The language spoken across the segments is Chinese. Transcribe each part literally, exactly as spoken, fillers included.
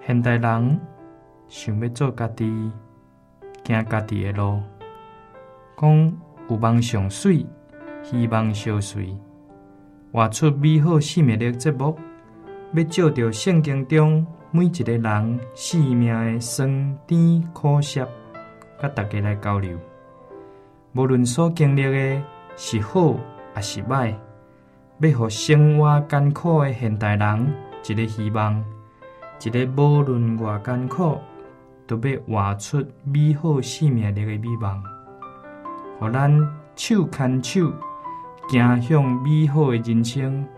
现代人想要做家己，行家己的路，讲有梦上水，希望相随，活出美好生命力节目，要照着圣经中每一个人生命的酸甜苦涩，甲大家来交流。无论所经历的是好还是歹，要互生活艰苦的现代人一个希望，一个无论偌艰苦，都要活出美好生命力的美梦，互咱手牵手，行向美好的人生。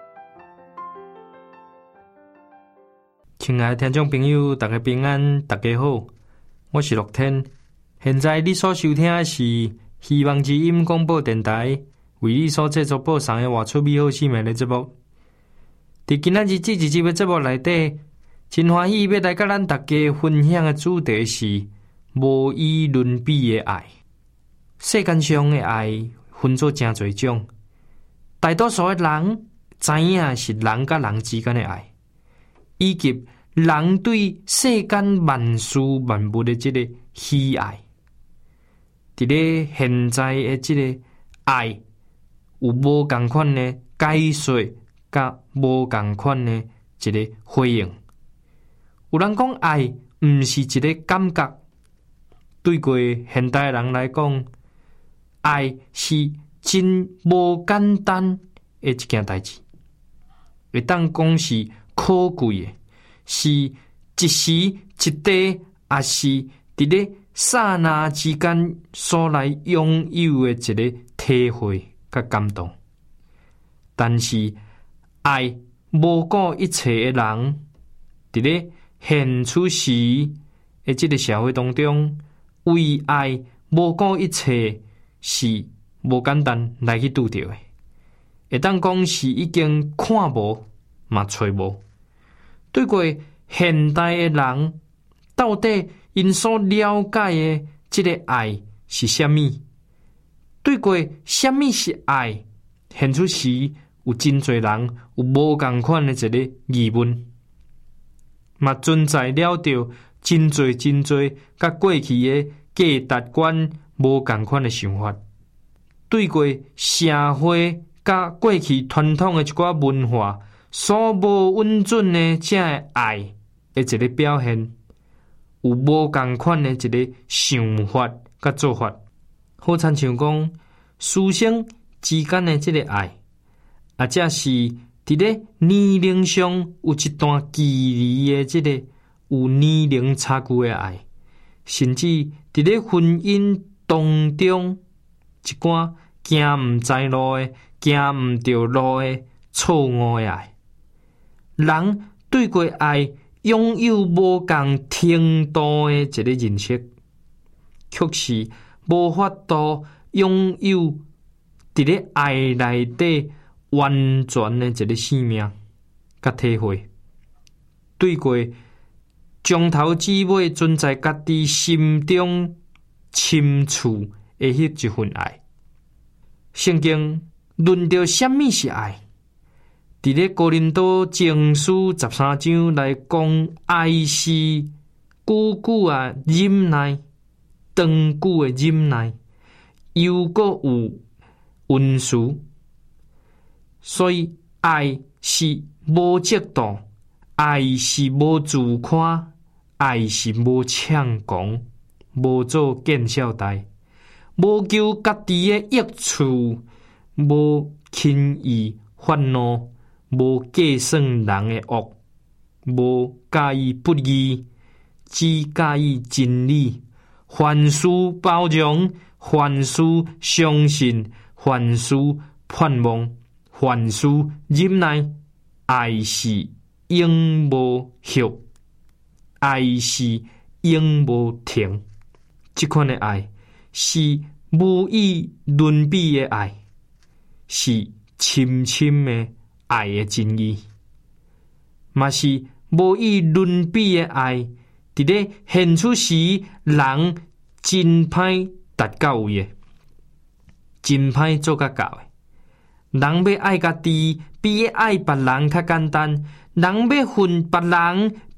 亲爱的听众朋友，大家平安，大家好，我是乐天。现在你所收听的是希望之音广播电台为你所制作播送的活出美好生命的节目。在今仔日这一集的节目内底，真欢喜要来甲咱大家分享的主题是无与伦比的爱。世间上的爱分作真侪种，大多数的人知影是人甲人之间的爱，以及人对世间万事万物的这个喜爱。伫咧现在的这个爱有无同款的解说，甲无同款的一个回应。有人讲爱毋是一个感觉，对过现代人来讲，爱是真无简单的一件代志，会当讲是可贵的，是一时一地，也是伫咧刹那之间所来拥有的一个体会甲感动。但是爱无顾一切的人，伫咧现此时的这个社会当中，为爱无顾一切是无简单来去拄着的，会当讲是已经看无嘛找无。对过现代的人，到底因所了解的这个爱是什么？对过什么是爱？现出时有真侪人有无同款的一个疑问，嘛存在了着真侪真侪甲过去的价值观无同款的想法。对过社会甲过去传统的一寡文化所无稳准的这个爱的一个表现，有无同款的一个想法甲做法。好亲像讲师生之间的这个爱，啊，这是伫咧年龄上有一段距离的这个有年龄差距的爱，甚至伫咧婚姻当中一寡行毋知路的、行毋着路的错误的爱。人对过爱拥有无同程度的一个认识，却是无法度拥有伫咧爱内底完全的一个生命甲体会。对过从头至尾存在家己心中深处的迄一份爱。圣经论到什么是爱，伫咧哥林多前书十三章来讲，爱是久久啊忍耐，长久的忍耐，又搁有温柔。所以爱是无嫉妒，爱是无自夸，爱是无抢狂，无做见笑台，无求家己的益处，无轻易发怒，无计算人的恶，无介意不义，只介意真理。凡事包容，凡事相信，凡事盼望，凡事忍耐。爱是永无休，爱是永无停。这款的爱是无以伦比的爱，是深深的爱的真意，嘛是无以伦比的爱。伫咧现此时，人真歹达到位的，真歹做甲到的。人要爱家己，比爱别人较简单；人要恨别人，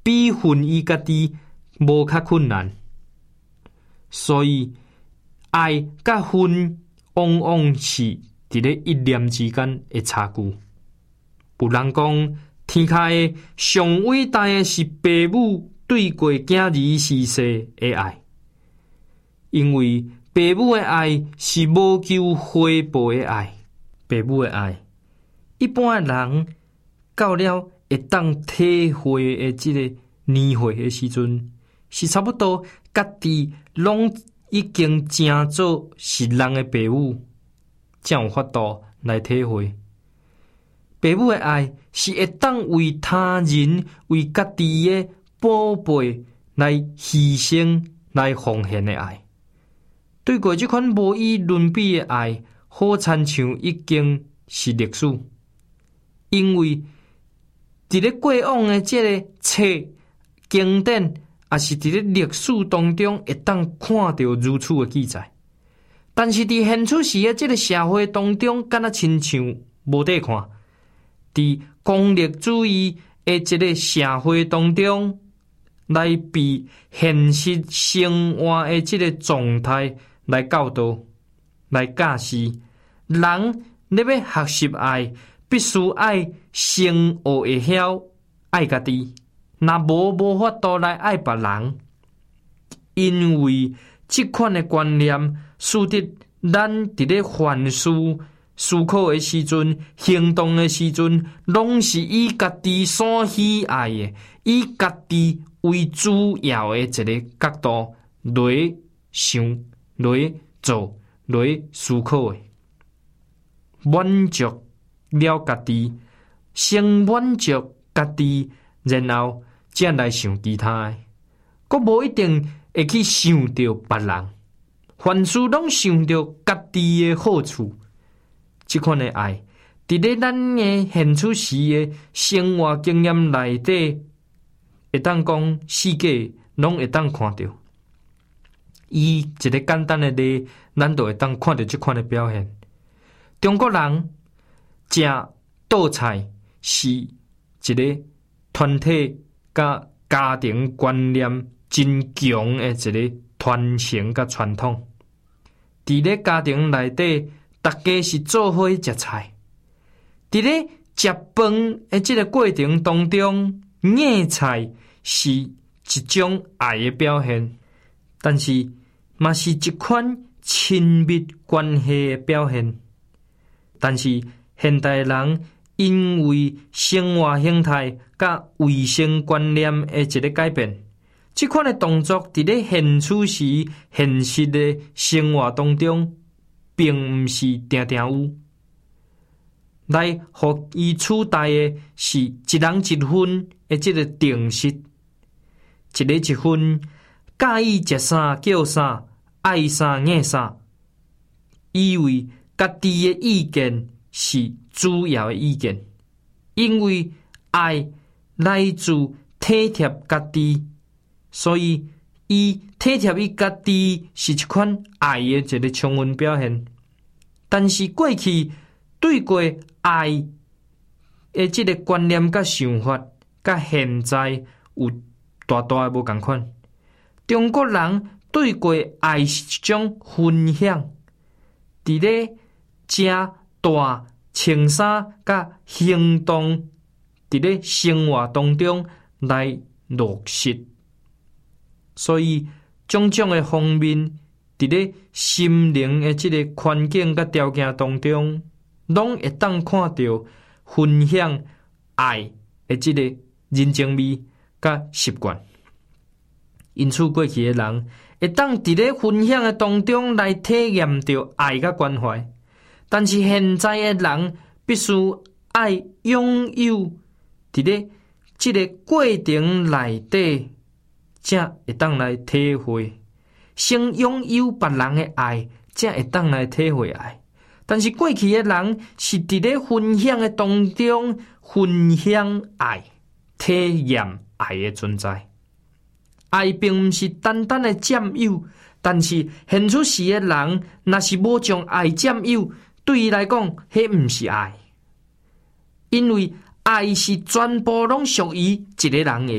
比分伊家己无较困难。所以爱甲分往往是伫咧一念之间的差距。有人讲，天下的上伟大的是父母对过囝儿逝世的爱，因为父母的爱是无求回报的爱。父母的爱，一般的人到了会当体会的这个年岁的时阵，是差不多家己拢已经真做是人的父母，才有法度来体会。父母的爱是会当为他人、为家己的宝贝来牺牲、来奉献的爱。对过这款无以伦比的爱，好亲像已经是历史，因为伫咧过往的这个册经典，也是伫咧历史当中会当看到如此的记载。但是伫现出时的这个社会当中，敢若亲像无得看。伫功利主义的这个社会当中，来被现实生活的这个状态来教导、来教示人。你要学习爱，必须爱先学会晓爱家己，若无无法度来爱别人。因为这款的观念，使得咱伫咧凡事思考的时阵、行动的时阵，拢是以家己所喜爱的、以家己为主要的一个角度来想、来做、来思考的。满足了家己，先满足家己，然后才来想其他的。佫无一定会去想到别人，凡事拢想到家己的好处。这款的爱，伫咧咱的现出时的生活经验内底，会当讲世界拢会当看到。以一个简单的例，咱就会当看到这款的表现。中国人食倒菜是一个团体甲家庭观念真强的一个传承甲传统。伫咧家庭内底，大家是做伙食菜。伫咧食饭的这个过程当中，硬菜是一种爱的表现，但是嘛是一款亲密关系的表现。但是现代人因为生活形态甲卫生观念的一个改变，这款的动作伫咧现处时现实的生活当中，并毋是定定有。来，互伊取代的是一人一分的这个定式，一个一分，介意食啥叫啥，爱啥硬啥，以为家己的意见是主要的意见，因为爱来自体贴家己，所以伊体贴伊家己是一款爱的一个充分表现。但是过去对过爱的这个观念甲想法，甲现在有大大的无同款。中国人对过爱是一种分享，伫咧食大穿衫甲行动，伫咧生活当中来落实。所以种种的方面，伫咧心灵的这个环境甲条件当中，拢会当看到分享爱的这个人情味甲习惯。因此，过去的人会当伫咧分享的当中来体验到爱甲关怀，但是现在的人必须爱拥有伫咧这个过程内底，才会当来体会。先拥有别人的爱，才会当来体会爱。但是过去的人是伫咧分享的当中分享爱，体验爱的存在。爱并不是单单的占有，但是现出时的人，若是无将爱占有，对伊来讲，迄毋是爱。因为爱是全部拢属于一个人的，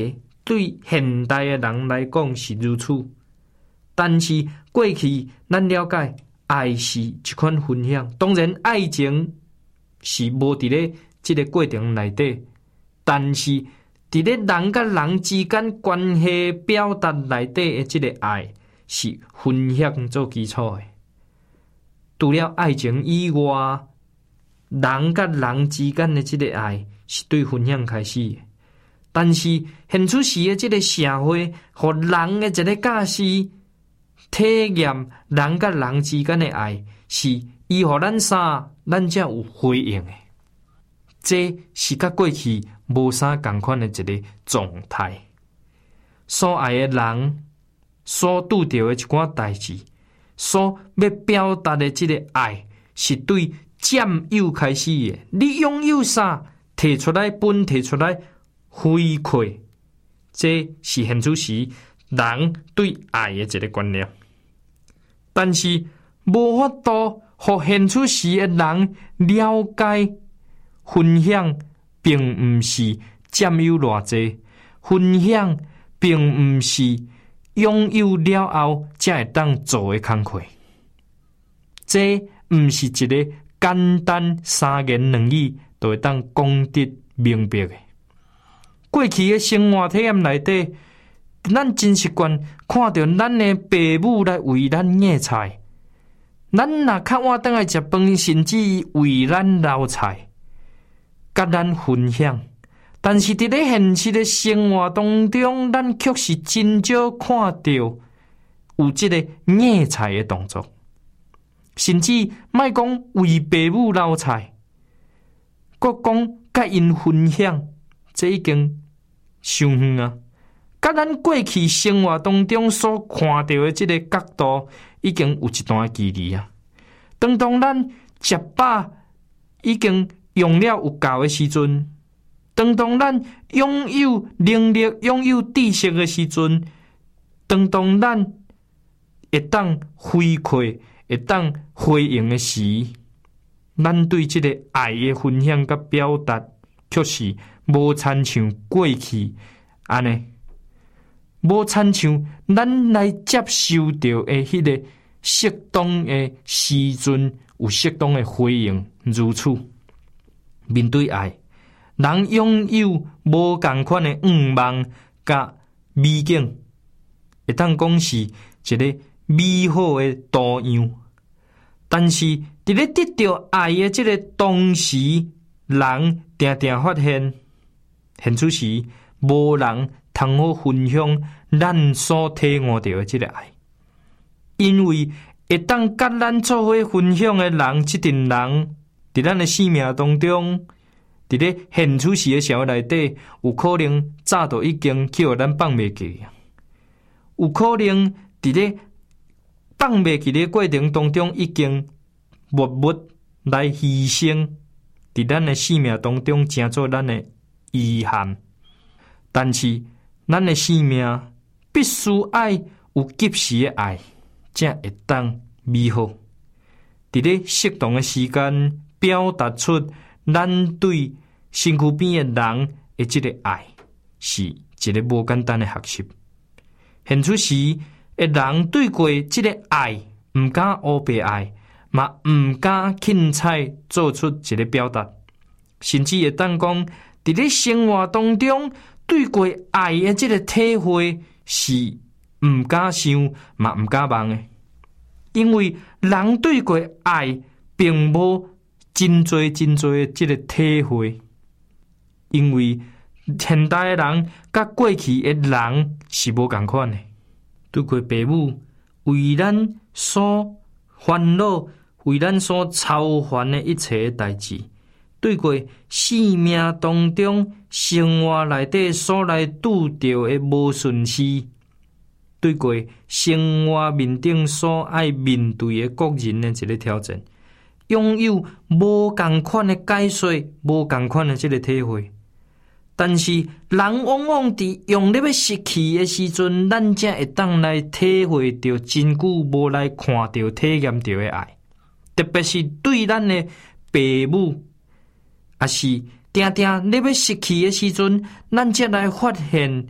对现代的人来讲是如此，但是过去咱了解爱是一款分享，当然爱情是无伫咧即个过程内底，但是伫咧人甲人之间关系表达内底的即个爱是分享做基础的。除了爱情以外，人甲人之间的即个爱是对分享开始的。但是现出时的即个社会，互人的一个假使体验人甲人之间的爱，是伊互咱啥，咱才有回应的。这是甲过去无啥共款的一个状态。所爱的人所拄到的一寡代志，所要表达的即个爱，是对占有开始的。你拥有啥，摕出来分，摕出来回馈，这是现出时人对爱的一个观念。但是无法度互现出时的人了解，分享并毋是占有偌济，分享并毋是拥有了后才会当做的工课。这毋是一个简单三言两语就会当讲得明白的。过去的生活体验内底，咱真习惯看到咱的爸母来为咱煮菜，咱若较晚倒来食饭，甚至为咱捞菜，甲咱分享。但是伫咧现实的生活当中，咱却是真少看到有即个煮菜的动作，甚至莫讲为爸母捞菜，国讲甲因分享，这已经伤远啊！甲咱过去生活当中所看到的这个角度，已经有一段距离啊。当当咱食饱已经用了有够的时阵，当当咱拥有能力、拥有知识的时阵，当当咱会当回馈、会当回应的时，咱对这个爱的分享甲表达，却是无亲像过去安尼，无亲像咱来接受到的迄个适当的时阵有适当的回应。如此面对爱，人拥有无共款的愿望甲美景，会当讲是一个美好的多样。但是伫咧得到爱的这个同时，人定定发现，现此时无人通好分享咱所体悟到的这个爱，因为会当甲咱做伙分享的人，这群人伫咱的生命当中，伫咧现此时的社会内底，有可能早就已经去互咱放袂记，有可能伫咧放袂记的过程当中，已经默默来牺牲，伫咱的生命当中成做咱的遗憾。但是咱的生命必须爱有及时的爱，才会当美好。伫咧适当的时间，表达出咱对身躯边的人的这个爱，是一个无简单的学习。现此时的人对过这个爱，唔敢乌白爱，嘛唔敢轻彩做出一个表达，甚至会当讲，伫咧生活当中对过爱的这个体会是唔敢想，嘛唔敢望的。因为人对过爱并无真多真多的这个体会，因为现代的人甲过去的人是无共款的。对过父母为咱所烦恼、为咱所操烦的一切代志，对过生命当中生活内底所来拄到的无顺事，对过生活面顶所爱面对的各人的一个挑战，拥有无共款的解说，无共款的这个体会。但是人往往伫用咧要失去的时阵，咱才会当来体会到真久无来看到、体验到的爱。特别是对咱的父母，也是定定咧要失去的时阵，咱才来发现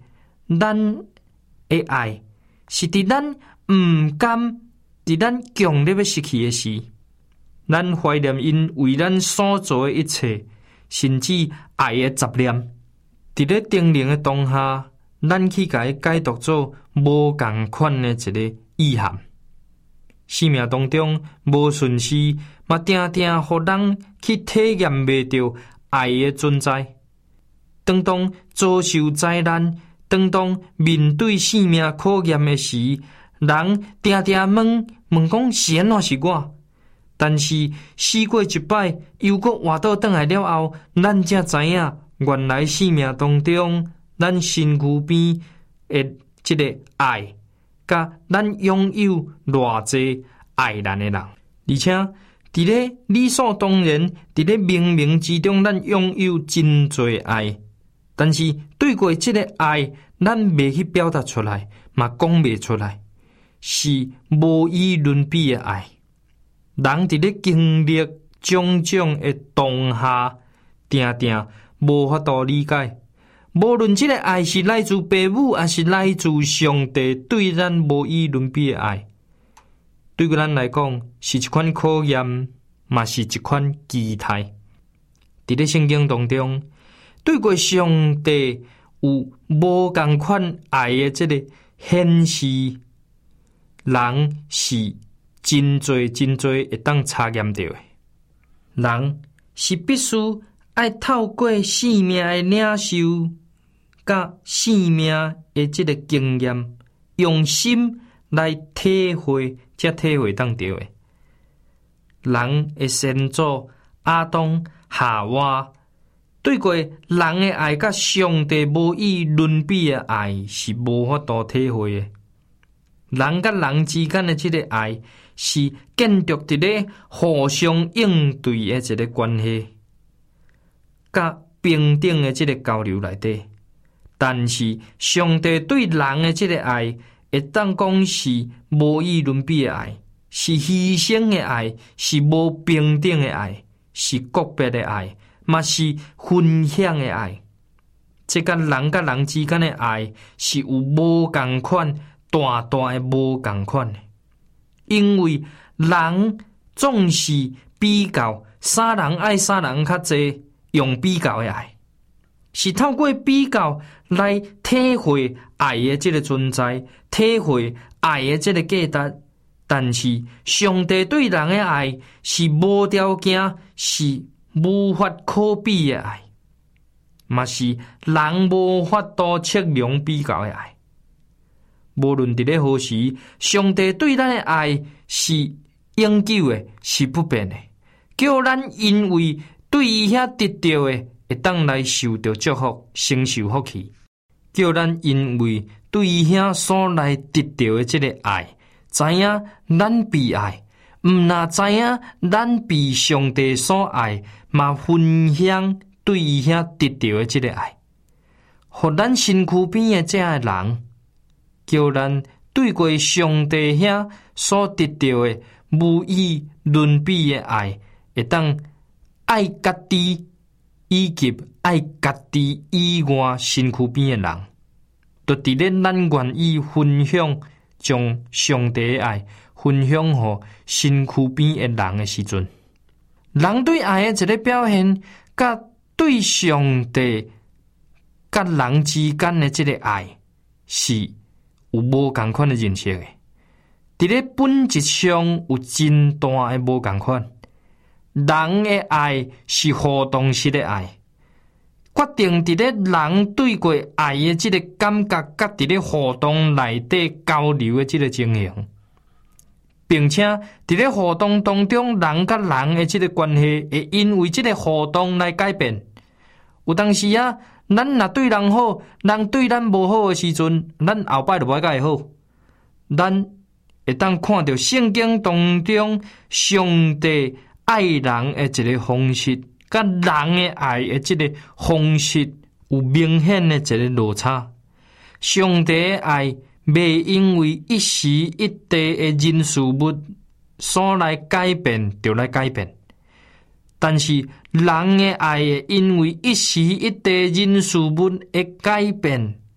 咱的爱是伫咱毋甘，伫咱强烈要失去的时，咱怀念因为咱所做的一切，甚至爱的杂念。伫咧定灵的当下，咱去甲伊解读做无共款的一个意涵。生命当中无顺时，嘛定定互人去体验袂到爱的存在。当当遭受灾难，当当面对生命考验的时，人定定问问讲是安怎是我？但是死过一摆，又搁活倒转来了后，咱才知影，原来生命当中，咱身躯边的这个爱，甲咱拥有偌济爱咱的人，而且伫咧理所当然，伫咧冥冥之中，咱拥有真侪爱。但是对过这个爱，咱未去表达出来，嘛讲袂出来，是无以伦比的爱。人伫咧经历种种的当下，定定无法度理解。无论这个爱是来自父母，还是来自上帝对咱无以伦比的爱，对咱来讲是一款考验，嘛是一款期待。伫咧圣经当中，对过上帝有无共款爱的这个显示，人是真侪真侪会当查验到的。人是必须爱透过生命的领受，甲生命的这个经验，用心来体会，才体会当到的。人的先祖亚当夏娃，对过人的爱甲上帝无以伦比的爱是无法度体会的。人甲人之间的这个爱是建筑伫咧互相应对的一个关系，甲平等的这个交流内底。但是上帝对人的这个爱，会当讲是无以伦比的爱，是牺牲的爱，是无平等的爱，是个别的爱，嘛是分享的爱。这甲人甲人之间的爱是有无共款，大大的无共款的。因为人总是比较，啥人爱啥人较济，用比较的爱，是透过比较来体会爱的这个存在，体会爱的这个价值。但是上帝对人的爱是无条件，是无法可比的爱，嘛是人无法度测量比较的爱。无论伫咧何时，上帝对咱的爱是永久的，是不变的，叫咱因为对伊遐得到的，会当来受到祝福，承受福气；叫咱因为对伊遐所来得到的这个爱，知影咱被爱，毋那知影咱被上帝所爱，嘛分享对伊遐得到的这个爱，互咱身躯边的这个人。叫咱对过上帝遐所得到的无以伦比的爱，会当爱家己以及爱家己以外身躯边的人，就伫咧咱愿意分享，将上帝的爱分享予身躯边的人的时阵，人对爱的一个表现，甲对上帝甲人之间的这个爱是有无共款的认识的，伫咧本质上有真大的无共款。人的爱是互动式的爱，决定伫咧人对过爱的这个感觉，甲伫咧互动内底交流的这个情形，并且伫咧互动当中，人甲人的这个关系会因为这个互动来改变。有当时啊，咱若对人好，人对咱无好的时阵，咱后摆就无甲伊好。咱会当看到圣经当中上帝爱人的一个方式，甲人的爱的这个方式有明显的一个落差。上帝的爱未因为一时一地的人事物所来改变，就来改变。但是人的爱会因为一时一地人事物的改变，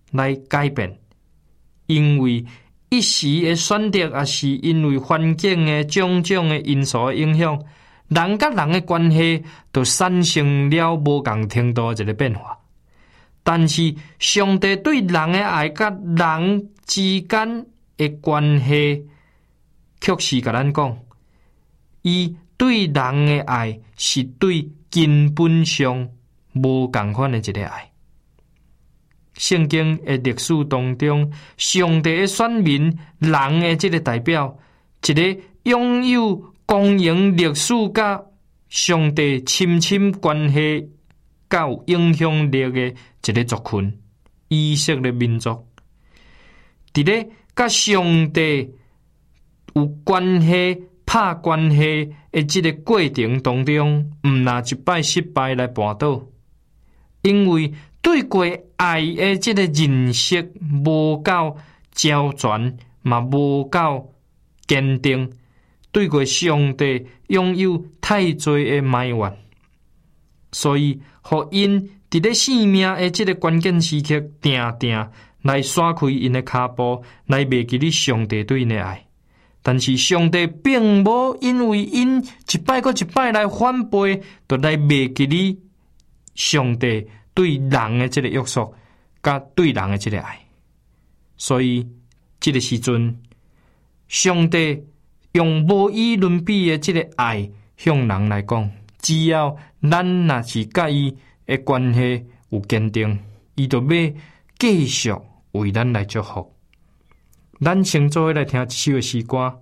来改变，因为一时的选择，也是因为环境的种种的因素的影响，人甲人的关系就产生了无共程度的一个变化。但是上帝对人的爱，甲人之间的关系，却是甲咱讲，伊对人的爱是对根本上无共款的一个爱。圣经的历史当中，上帝的选民，人的这个代表，一个拥有公营历史甲上帝亲亲关系，较有影响力的一个族群，以色列民族。伫咧甲上帝有关系、拍关系的这个过程当中，毋拿一摆失败来绊倒，因为对过爱的这个认识无够焦全，嘛无够坚定，对过上帝拥有太多的埋怨，所以互因伫咧生命的这个关键时刻，定定来甩开因的脚步，来袂记你上帝对因的爱。但是上帝并无因为因一摆过一摆来反背，就来袂记你上帝对人的这个约束，甲对人的这个爱。所以这个时阵，上帝用无以伦比的这个爱向人来讲，只要咱若是甲伊的关系有坚定，伊就要继续为咱来祝福。咱先做伙来听一首的诗歌。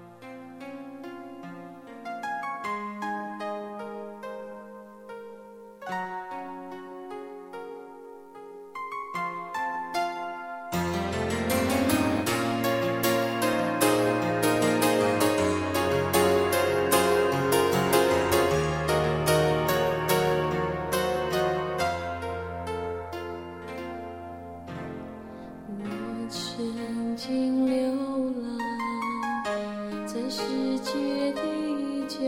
曾经流浪在世界的一角，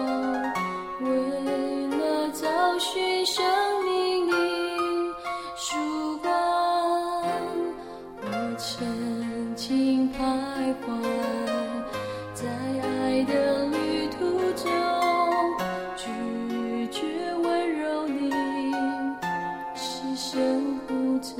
为了找寻生命的曙光。我曾经徘徊在爱的旅途中，拒绝温柔的失声呼召。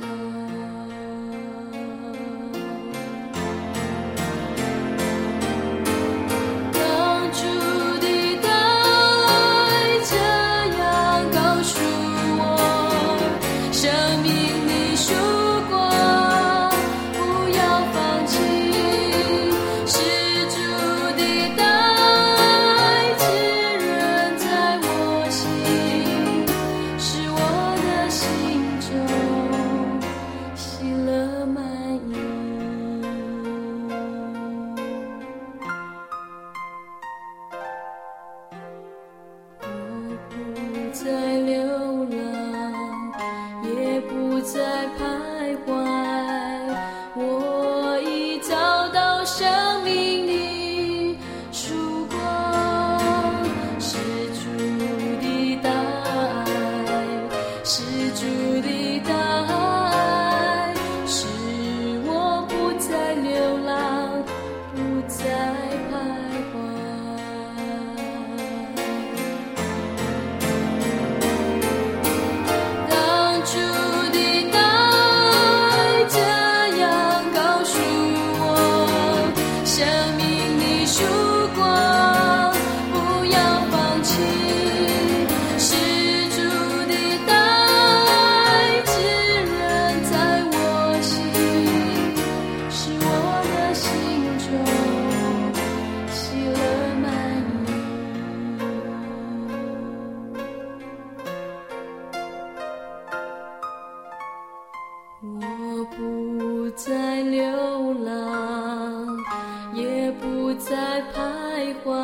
我不再流浪，也不再徘徊，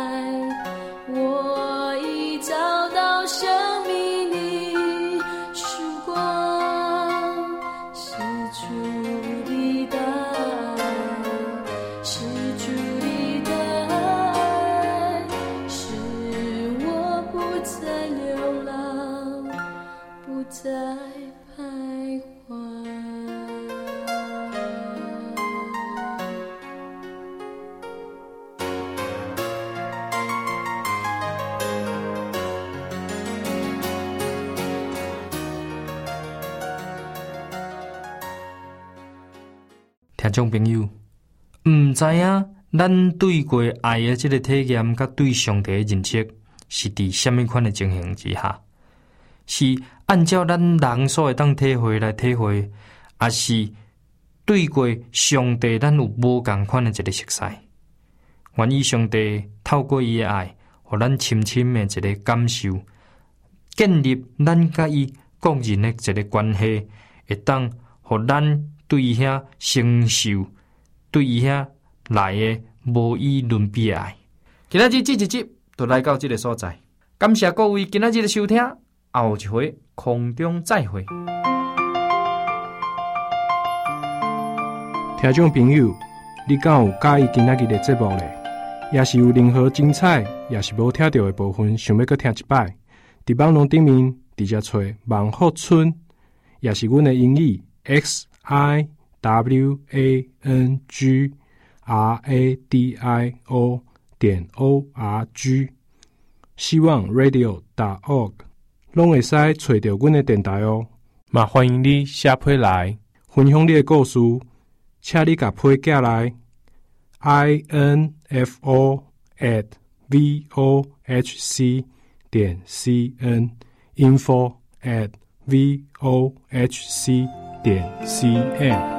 我已找到生命的曙光。是主的大爱，是主的爱，使我不再流浪，不再徘徊。 听众朋友，毋知影咱对过爱的这个体验，甲对上帝的认识，是伫什么款的情形之下？是按照咱人所会当体会来体会，还是对过上帝咱有无共款的一个熟悉？愿意上帝透过伊的爱，互咱深深的一个感受，建立咱甲伊个人的一个关系，会当互咱对伊遐承受，对伊遐来的无以伦比的爱。今仔日这一集就来到这个所在，感谢各位今仔日的收听，后一回空中再会。 听众朋友，你敢有介意今仔日的节目呢？也是有任何精彩，也是无听到的部分，想要搁听一摆？伫网络顶面直接找万福村，也是阮的英语 X I W A N G R A D I O 点 O R G， 希望 radio 点 org， 拢会使找到阮的电台哦。嘛欢迎你写批来分享你的故事，请你甲批寄来 info at vohc 点 cn info at vohc 点 cn。